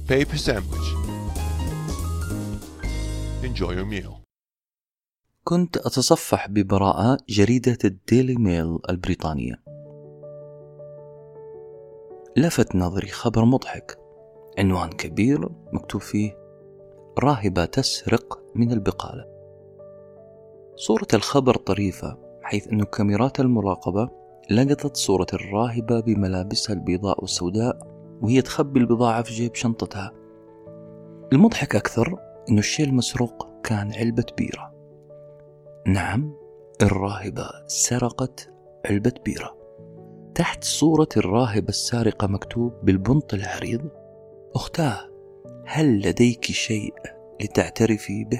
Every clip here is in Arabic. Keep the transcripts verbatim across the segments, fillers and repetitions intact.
paper sandwich. Enjoy your meal. كنت أتصفح ببراءة جريدة الديلي ميل البريطانية. لفت نظري خبر مضحك، عنوان كبير مكتوب فيه راهبة تسرق من البقالة. صورة الخبر طريفة، حيث أن كاميرات المراقبة لقطت صورة الراهبة بملابسها البيضاء والسوداء وهي تخبي البضاعة في جيب شنطتها. المضحك أكثر أن الشيء المسروق كان علبة بيرة. نعم، الراهبة سرقت علبة بيرة. تحت صورة الراهبة السارقة مكتوب بالبنط العريض: أختاه، هل لديك شيء لتعترفي به؟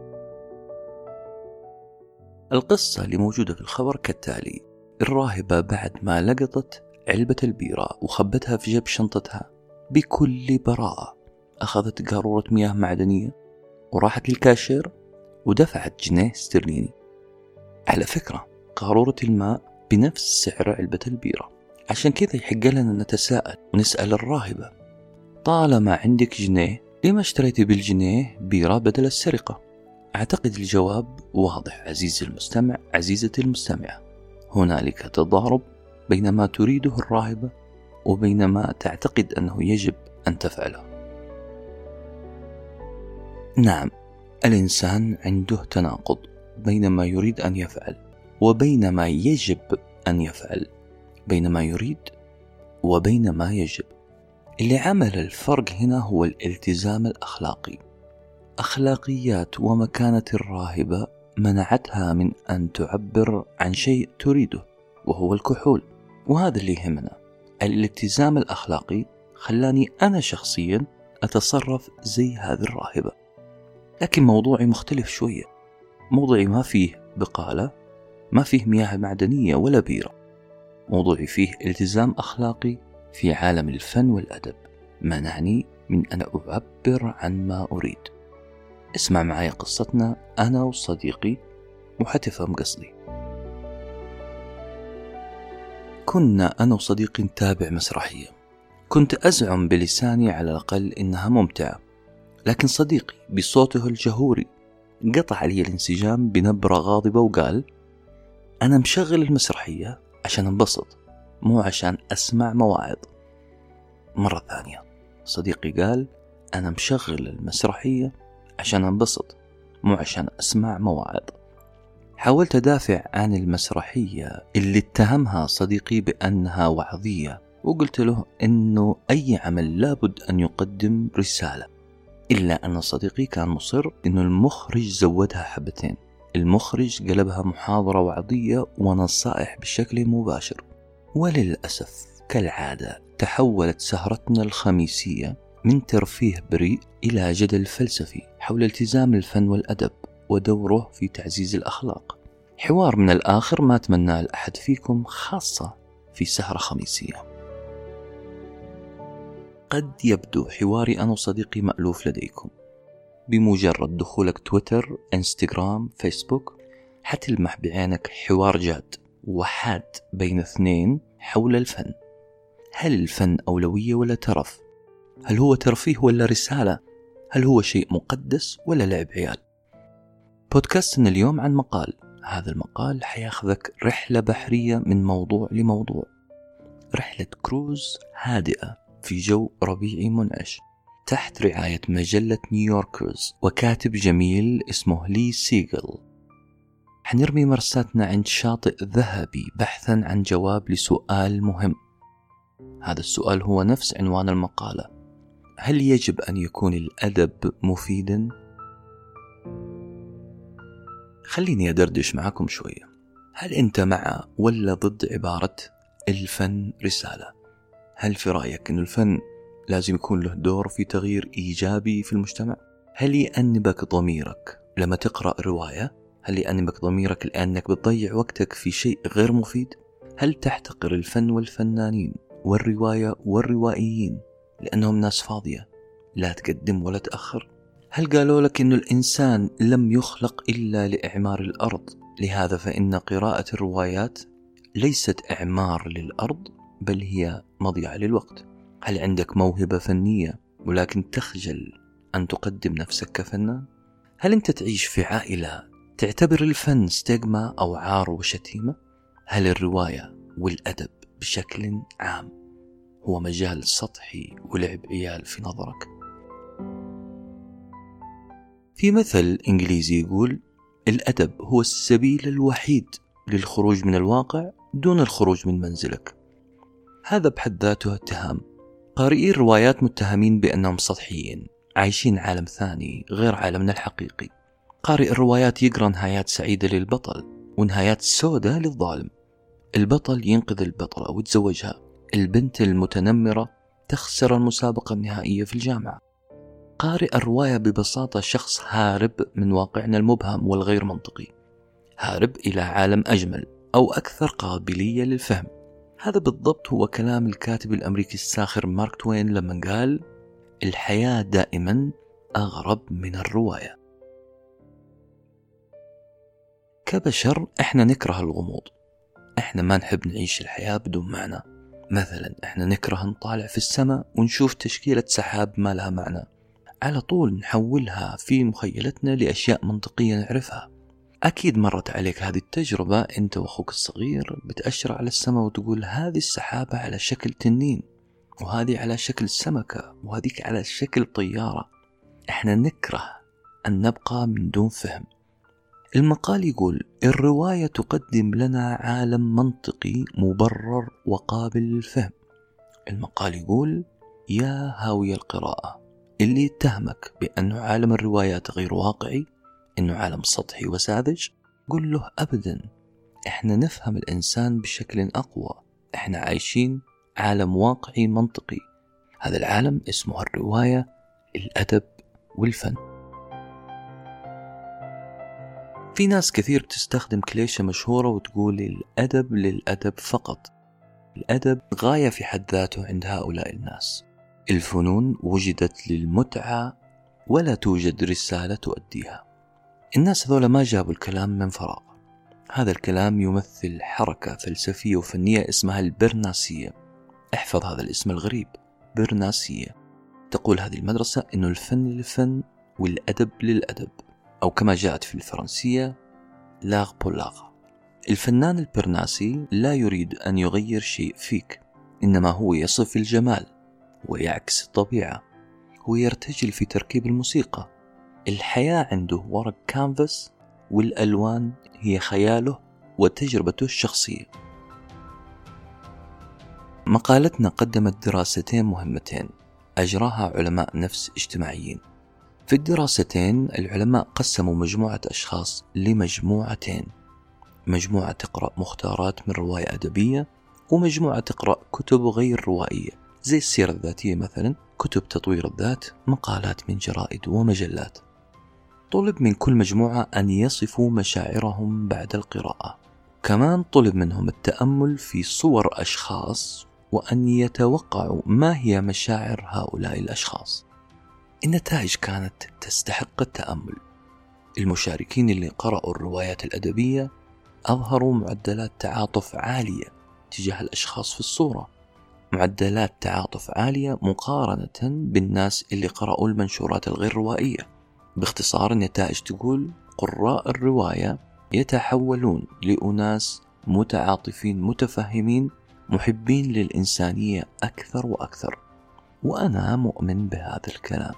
القصة اللي موجودة في الخبر كالتالي: الراهبة بعد ما لقطت علبة البيرة وخبتها في جيب شنطتها بكل براءة أخذت قارورة مياه معدنية وراحت للكاشير ودفعت جنيه استرليني. على فكرة، قارورة الماء بنفس سعر علبة البيرة، عشان كذا يحق لنا نتساءل ونسأل الراهبة: طالما عندك جنيه لما اشتريتي بالجنيه بيرة بدل السرقة؟ أعتقد الجواب واضح عزيزي المستمع، عزيزتي المستمعة. هنالك تضارب بين ما تريده الراهبة وبين ما تعتقد أنه يجب أن تفعله. نعم، الإنسان عنده تناقض بين ما يريد أن يفعل وبين ما يجب أن يفعل، بين ما يريد وبين ما يجب. اللي عمل الفرق هنا هو الالتزام الأخلاقي. أخلاقيات ومكانة الراهبة منعتها من أن تعبر عن شيء تريده وهو الكحول، وهذا اللي يهمنا. الالتزام الأخلاقي خلاني أنا شخصيا أتصرف زي هذه الراهبة. لكن موضوعي مختلف شوية. موضوعي ما فيه بقالة، ما فيه مياه معدنية ولا بيرة. موضوعي فيه التزام أخلاقي في عالم الفن والأدب، منعني من أن أعبر عن ما أريد. اسمع معي قصتنا أنا وصديقي وحتفهم قصدي. كنا أنا وصديقي نتابع مسرحية. كنت أزعم بلساني على الأقل إنها ممتعة، لكن صديقي بصوته الجهوري قطع علي الانسجام بنبرة غاضبة وقال: أنا مشغل المسرحية عشان انبسط، مو عشان أسمع مواعظ. مرة ثانية صديقي قال: أنا مشغل المسرحية عشان انبسط، مو عشان أسمع مواعظ. حاولت أدافع عن المسرحية اللي اتهمها صديقي بأنها وعظية، وقلت له إنه أي عمل لابد أن يقدم رسالة. إلا أن صديقي كان مصر إنه المخرج زودها حبتين. المخرج قلبها محاضرة وعظية ونصائح بشكل مباشر. وللأسف كالعادة تحولت سهرتنا الخميسية من ترفيه بريء إلى جدل فلسفي حول التزام الفن والأدب ودوره في تعزيز الأخلاق. حوار من الآخر ما أتمناه لأحد فيكم، خاصة في سهرة خميسية. قد يبدو حواري أنا وصديقي مألوف لديكم. بمجرد دخولك تويتر، انستغرام، فيسبوك حتلمح بعينك حوار جاد وحاد بين اثنين حول الفن. هل الفن أولوية ولا ترف؟ هل هو ترفيه ولا رسالة؟ هل هو شيء مقدس ولا لعب عيال؟ بودكاستنا اليوم عن مقال. هذا المقال حياخذك رحلة بحرية من موضوع لموضوع، رحلة كروز هادئة في جو ربيعي منعش تحت رعاية مجلة نيويوركرز وكاتب جميل اسمه لي سيغل. حنرمي مرساتنا عند شاطئ ذهبي بحثا عن جواب لسؤال مهم. هذا السؤال هو نفس عنوان المقالة: هل يجب أن يكون الأدب مفيدا؟ خليني أدردش معكم شوية. هل أنت مع ولا ضد عبارة الفن رسالة؟ هل في رأيك أن الفن لازم يكون له دور في تغيير إيجابي في المجتمع؟ هل يأنبك ضميرك لما تقرأ رواية؟ هل يأنبك ضميرك لأنك بتضيع وقتك في شيء غير مفيد؟ هل تحتقر الفن والفنانين والرواية والروائيين لأنهم ناس فاضية لا تقدم ولا تأخر؟ هل قالوا لك أن الإنسان لم يخلق إلا لإعمار الأرض، لهذا فإن قراءة الروايات ليست إعمار للأرض بل هي مضيعة للوقت؟ هل عندك موهبة فنية ولكن تخجل أن تقدم نفسك كفنان؟ هل أنت تعيش في عائلة تعتبر الفن ستيغما أو عار وشتيمة؟ هل الرواية والأدب بشكل عام هو مجال سطحي ولعب عيال في نظرك؟ في مثل إنجليزي يقول: الأدب هو السبيل الوحيد للخروج من الواقع دون الخروج من منزلك. هذا بحد ذاته اتهام. قارئي الروايات متهمين بأنهم سطحيين، عايشين عالم ثاني غير عالمنا الحقيقي. قارئ الروايات يقرأ نهايات سعيدة للبطل ونهايات سوداء للظالم. البطل ينقذ البطلة ويتزوجها، البنت المتنمرة تخسر المسابقة النهائية في الجامعة. قارئ الرواية ببساطة شخص هارب من واقعنا المبهم والغير منطقي، هارب إلى عالم أجمل أو أكثر قابلية للفهم. هذا بالضبط هو كلام الكاتب الأمريكي الساخر مارك توين لما قال: الحياة دائما أغرب من الرواية. كبشر إحنا نكره الغموض، إحنا ما نحب نعيش الحياة بدون معنى. مثلا إحنا نكره نطالع في السماء ونشوف تشكيلة سحاب ما لها معنى، على طول نحولها في مخيلتنا لأشياء منطقية نعرفها. أكيد مرت عليك هذه التجربة، أنت وأخوك الصغير بتأشر على السماء وتقول: هذه السحابة على شكل تنين، وهذه على شكل سمكة، وهذيك على شكل طيارة. إحنا نكره أن نبقى من دون فهم. المقال يقول: الرواية تقدم لنا عالم منطقي مبرر وقابل للفهم. المقال يقول: يا هاوي القراءة اللي يتهمك بأنه عالم الروايات غير واقعي، إنه عالم سطحي وساذج، قل له أبدا، إحنا نفهم الإنسان بشكل أقوى. إحنا عايشين عالم واقعي منطقي. هذا العالم اسمه الرواية، الأدب والفن. في ناس كثير تستخدم كليشة مشهورة وتقول: الأدب للأدب فقط. الأدب غاية في حد ذاته عند هؤلاء الناس. الفنون وجدت للمتعة ولا توجد رسالة تؤديها. الناس هذول ما جابوا الكلام من فراغ. هذا الكلام يمثل حركة فلسفية وفنية اسمها البرناسية. احفظ هذا الاسم الغريب، برناسية. تقول هذه المدرسة إنه الفن للفن والأدب للأدب، أو كما جاءت في الفرنسية لاغ بولاغ. الفنان البرناسي لا يريد أن يغير شيء فيك، إنما هو يصف الجمال ويعكس الطبيعة. هو يرتجل في تركيب الموسيقى. الحياة عنده ورق كانفاس، والألوان هي خياله وتجربته الشخصية. مقالتنا قدمت دراستين مهمتين أجراها علماء نفس اجتماعيين. في الدراستين العلماء قسموا مجموعة أشخاص لمجموعتين: مجموعة تقرأ مختارات من رواية أدبية، ومجموعة تقرأ كتب غير روائية زي السيرة الذاتية مثلا، كتب تطوير الذات، مقالات من جرائد ومجلات. طلب من كل مجموعة أن يصفوا مشاعرهم بعد القراءة. كمان طلب منهم التأمل في صور أشخاص وأن يتوقعوا ما هي مشاعر هؤلاء الأشخاص. النتائج كانت تستحق التأمل. المشاركين اللي قرأوا الروايات الأدبية أظهروا معدلات تعاطف عالية تجاه الأشخاص في الصورة، معدلات تعاطف عالية مقارنة بالناس اللي قرأوا المنشورات الغير روائية. باختصار النتائج تقول: قراء الرواية يتحولون لأناس متعاطفين متفهمين محبين للإنسانية أكثر وأكثر. وأنا مؤمن بهذا الكلام.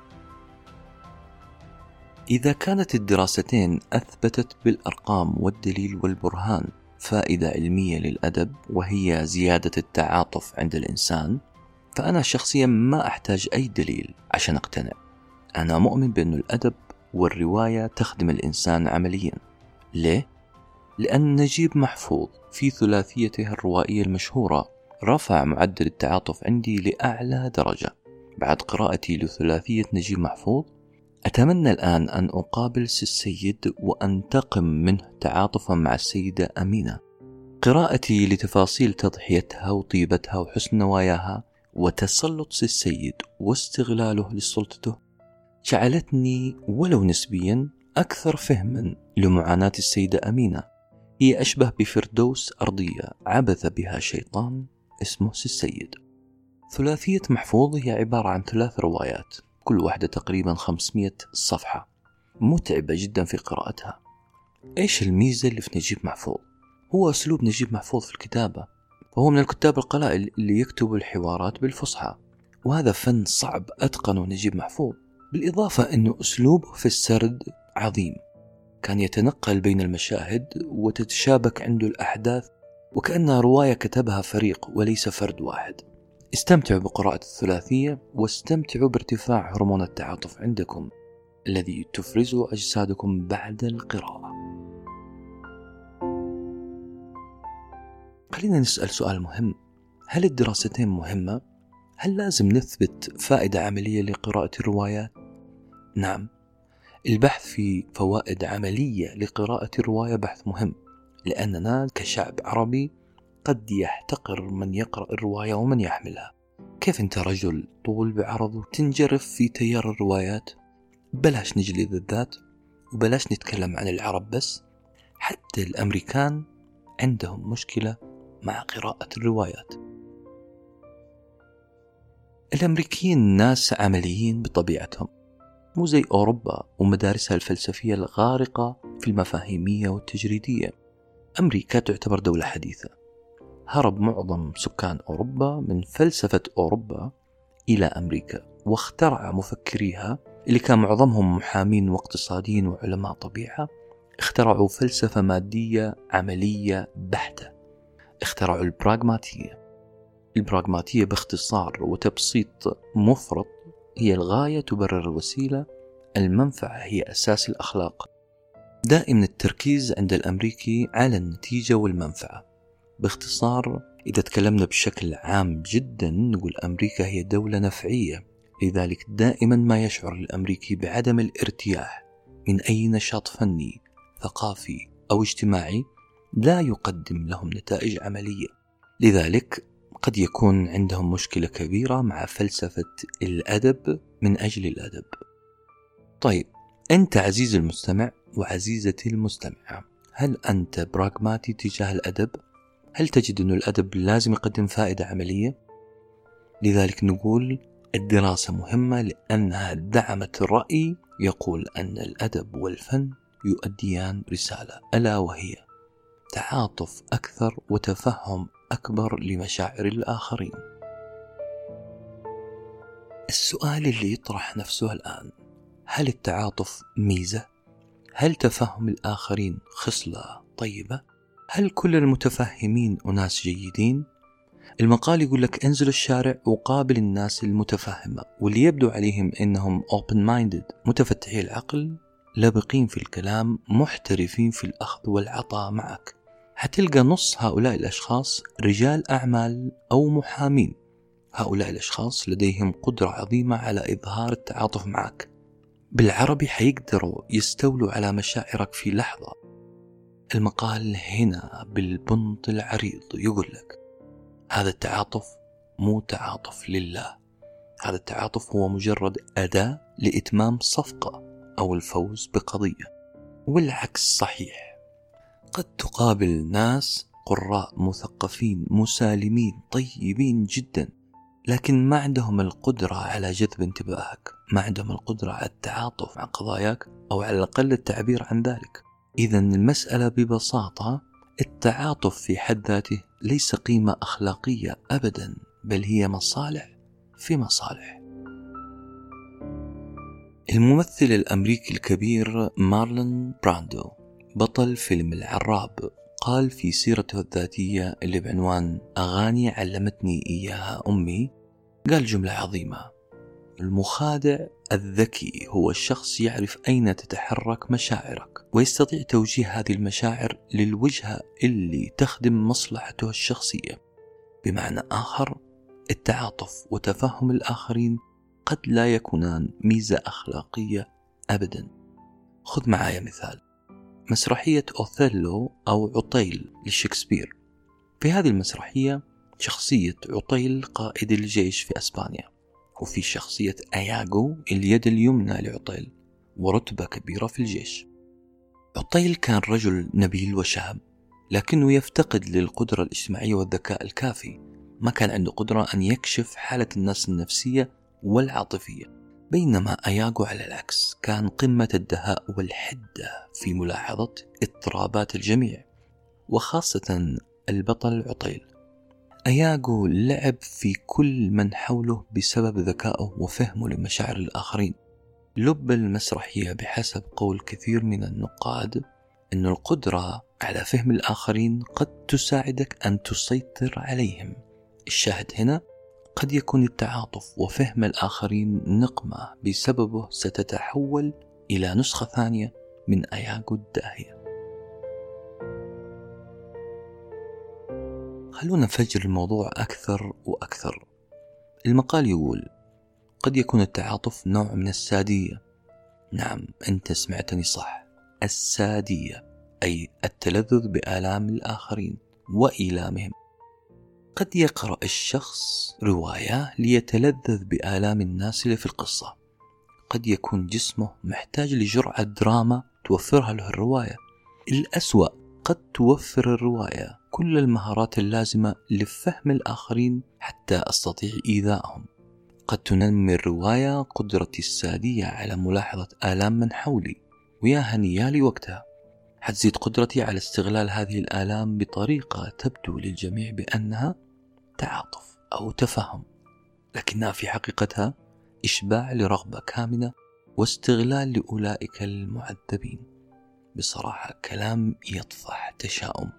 إذا كانت الدراستين أثبتت بالأرقام والدليل والبرهان فائدة علمية للأدب وهي زيادة التعاطف عند الإنسان، فأنا شخصيا ما أحتاج أي دليل عشان أقتنع. أنا مؤمن بأن الأدب والرواية تخدم الإنسان عمليا. ليه؟ لأن نجيب محفوظ في ثلاثيته الروائية المشهورة رفع معدل التعاطف عندي لأعلى درجة. بعد قراءتي لثلاثية نجيب محفوظ أتمنى الآن أن أقابل السيد وأنتقم منه تعاطفا مع السيدة أمينة. قراءتي لتفاصيل تضحيتها وطيبتها وحسن نواياها وتسلط السيد واستغلاله لسلطته جعلتني ولو نسبيا أكثر فهما لمعاناة السيدة أمينة. هي أشبه بفردوس أرضية عبث بها شيطان اسمه السيد. ثلاثية محفوظ هي عبارة عن ثلاث روايات، كل واحدة تقريبا خمسمائة صفحة، متعبة جدا في قراءتها. إيش الميزة اللي في نجيب محفوظ؟ هو أسلوب نجيب محفوظ في الكتابة، فهو من الكتاب القلائل اللي يكتبوا الحوارات بالفصحى، وهذا فن صعب أتقنه نجيب محفوظ. بالإضافة أنه أسلوبه في السرد عظيم، كان يتنقل بين المشاهد وتتشابك عنده الأحداث وكأنها رواية كتبها فريق وليس فرد واحد. استمتعوا بقراءة الثلاثية واستمتعوا بارتفاع هرمون التعاطف عندكم الذي تفرزه أجسادكم بعد القراءة. خلينا نسأل سؤال مهم، هل الدراستين مهمة؟ هل لازم نثبت فائدة عملية لقراءة الروايات؟ نعم، البحث في فوائد عملية لقراءة الرواية بحث مهم، لأننا كشعب عربي قد يحتقر من يقرأ الرواية ومن يحملها. كيف أنت رجل طول بعرض تنجرف في تيار الروايات؟ بلاش نجلد الذات وبلاش نتكلم عن العرب بس، حتى الأمريكان عندهم مشكلة مع قراءة الروايات. الأمريكيين ناس عمليين بطبيعتهم، مو زي أوروبا ومدارسها الفلسفية الغارقة في المفاهيمية والتجريدية. أمريكا تعتبر دولة حديثة، هرب معظم سكان أوروبا من فلسفة أوروبا إلى أمريكا، واخترع مفكريها اللي كان معظمهم محامين واقتصاديين وعلماء طبيعة، اخترعوا فلسفة مادية عملية بحتة، اخترعوا البراغماتية. البراغماتية باختصار وتبسيط مفرط هي الغاية تبرر الوسيلة، المنفعة هي أساس الأخلاق. دائما التركيز عند الأمريكي على النتيجة والمنفعة. باختصار إذا تكلمنا بشكل عام جدا نقول أمريكا هي دولة نفعية، لذلك دائما ما يشعر الأمريكي بعدم الارتياح من أي نشاط فني ثقافي أو اجتماعي لا يقدم لهم نتائج عملية. لذلك قد يكون عندهم مشكلة كبيرة مع فلسفة الأدب من أجل الأدب. طيب أنت عزيز المستمع وعزيزتي المستمعة، هل أنت براغماتي تجاه الأدب؟ هل تجد أن الأدب لازم يقدم فائدة عملية؟ لذلك نقول الدراسة مهمة لأنها دعمت الرأي يقول أن الأدب والفن يؤديان رسالة، ألا وهي تعاطف أكثر وتفهم أكبر لمشاعر الآخرين. السؤال اللي يطرح نفسه الآن، هل التعاطف ميزة؟ هل تفهم الآخرين خصلة طيبة؟ هل كل المتفهمين أناس جيدين؟ المقال يقول لك انزل الشارع وقابل الناس المتفهمة واللي يبدو عليهم إنهم open-minded متفتحي العقل، لابقين في الكلام، محترفين في الأخذ والعطاء معك. هتلقى نص هؤلاء الأشخاص رجال أعمال أو محامين. هؤلاء الأشخاص لديهم قدرة عظيمة على إظهار التعاطف معك. بالعربي حيقدروا يستولوا على مشاعرك في لحظة. المقال هنا بالبنط العريض يقول لك هذا التعاطف مو تعاطف لله، هذا التعاطف هو مجرد أداة لإتمام صفقة أو الفوز بقضية. والعكس صحيح، قد تقابل ناس قراء مثقفين مسالمين طيبين جدا، لكن ما عندهم القدرة على جذب انتباهك، ما عندهم القدرة على التعاطف مع قضاياك أو على الأقل التعبير عن ذلك. إذن المسألة ببساطة التعاطف في حد ذاته ليس قيمة أخلاقية أبدا، بل هي مصالح في مصالح. الممثل الأمريكي الكبير مارلون براندو بطل فيلم العراب قال في سيرته الذاتية اللي بعنوان أغاني علمتني إياها أمي، قال جملة عظيمة: المخادع الذكي هو الشخص يعرف أين تتحرك مشاعرك ويستطيع توجيه هذه المشاعر للوجهة اللي تخدم مصلحته الشخصية. بمعنى آخر، التعاطف وتفهم الآخرين قد لا يكونان ميزة أخلاقية أبدا. خذ معايا مثال، مسرحية أوثيلو أو عطيل لشكسبير. في هذه المسرحية شخصية عطيل قائد الجيش في أسبانيا، وفي شخصية أياغو اليد اليمنى لعطيل ورتبة كبيرة في الجيش. عطيل كان رجل نبيل وشاب، لكنه يفتقد للقدرة الاجتماعية والذكاء الكافي، ما كان عنده قدرة أن يكشف حالة الناس النفسية والعاطفية، بينما أياغو على العكس كان قمة الدهاء والحدة في ملاحظة اضطرابات الجميع، وخاصة البطل عطيل. أياغو لعب في كل من حوله بسبب ذكائه وفهمه لمشاعر الآخرين. لب المسرحية بحسب قول كثير من النقاد أن القدرة على فهم الآخرين قد تساعدك أن تسيطر عليهم. الشاهد هنا قد يكون التعاطف وفهم الآخرين نقمة بسببه ستتحول إلى نسخة ثانية من أياغو الداهية. خلونا نفجر الموضوع أكثر وأكثر. المقال يقول قد يكون التعاطف نوع من السادية. نعم، أنت سمعتني صح، السادية، أي التلذذ بآلام الآخرين وإيلامهم. قد يقرأ الشخص رواية ليتلذذ بآلام الناس اللي في القصة. قد يكون جسمه محتاج لجرعة دراما توفرها له الرواية. الأسوأ، قد توفر الرواية كل المهارات اللازمة لفهم الآخرين حتى أستطيع إيذائهم. قد تنمي الرواية قدرتي السادية على ملاحظة آلام من حولي، ويا هنيالي وقتها حتزيد قدرتي على استغلال هذه الآلام بطريقة تبدو للجميع بأنها تعاطف أو تفهم، لكنها في حقيقتها إشباع لرغبة كامنة واستغلال لأولئك المعذبين. بصراحة كلام يطفح تشاؤم.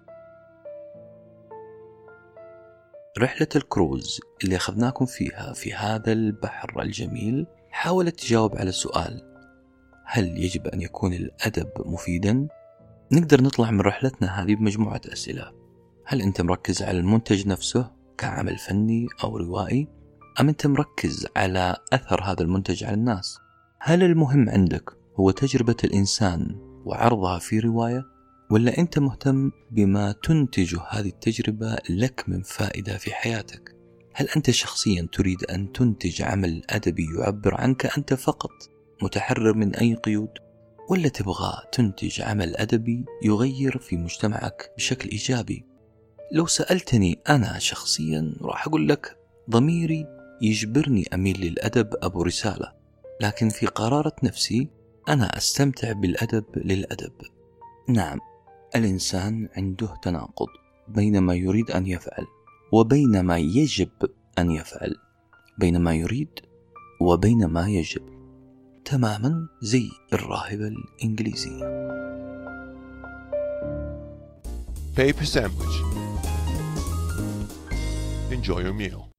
رحلة الكروز اللي أخذناكم فيها في هذا البحر الجميل حاولت تجاوب على سؤال: هل يجب أن يكون الأدب مفيدا؟ نقدر نطلع من رحلتنا هذه بمجموعة أسئلة. هل أنت مركز على المنتج نفسه كعمل فني أو روائي؟ أم أنت مركز على أثر هذا المنتج على الناس؟ هل المهم عندك هو تجربة الإنسان وعرضها في رواية، ولا أنت مهتم بما تنتج هذه التجربة لك من فائدة في حياتك؟ هل أنت شخصيا تريد أن تنتج عمل أدبي يعبر عنك أنت فقط، متحرر من أي قيود، ولا تبغى تنتج عمل أدبي يغير في مجتمعك بشكل إيجابي؟ لو سألتني أنا شخصيا راح أقول لك ضميري يجبرني أميل للأدب أبو رسالة، لكن في قرارة نفسي أنا أستمتع بالأدب للأدب. نعم، الإنسان عنده تناقض بين ما يريد أن يفعل وبين ما يجب أن يفعل، بين ما يريد وبين ما يجب، تماما زي الراهبة الإنجليزية. Paper sandwich. Enjoy your meal.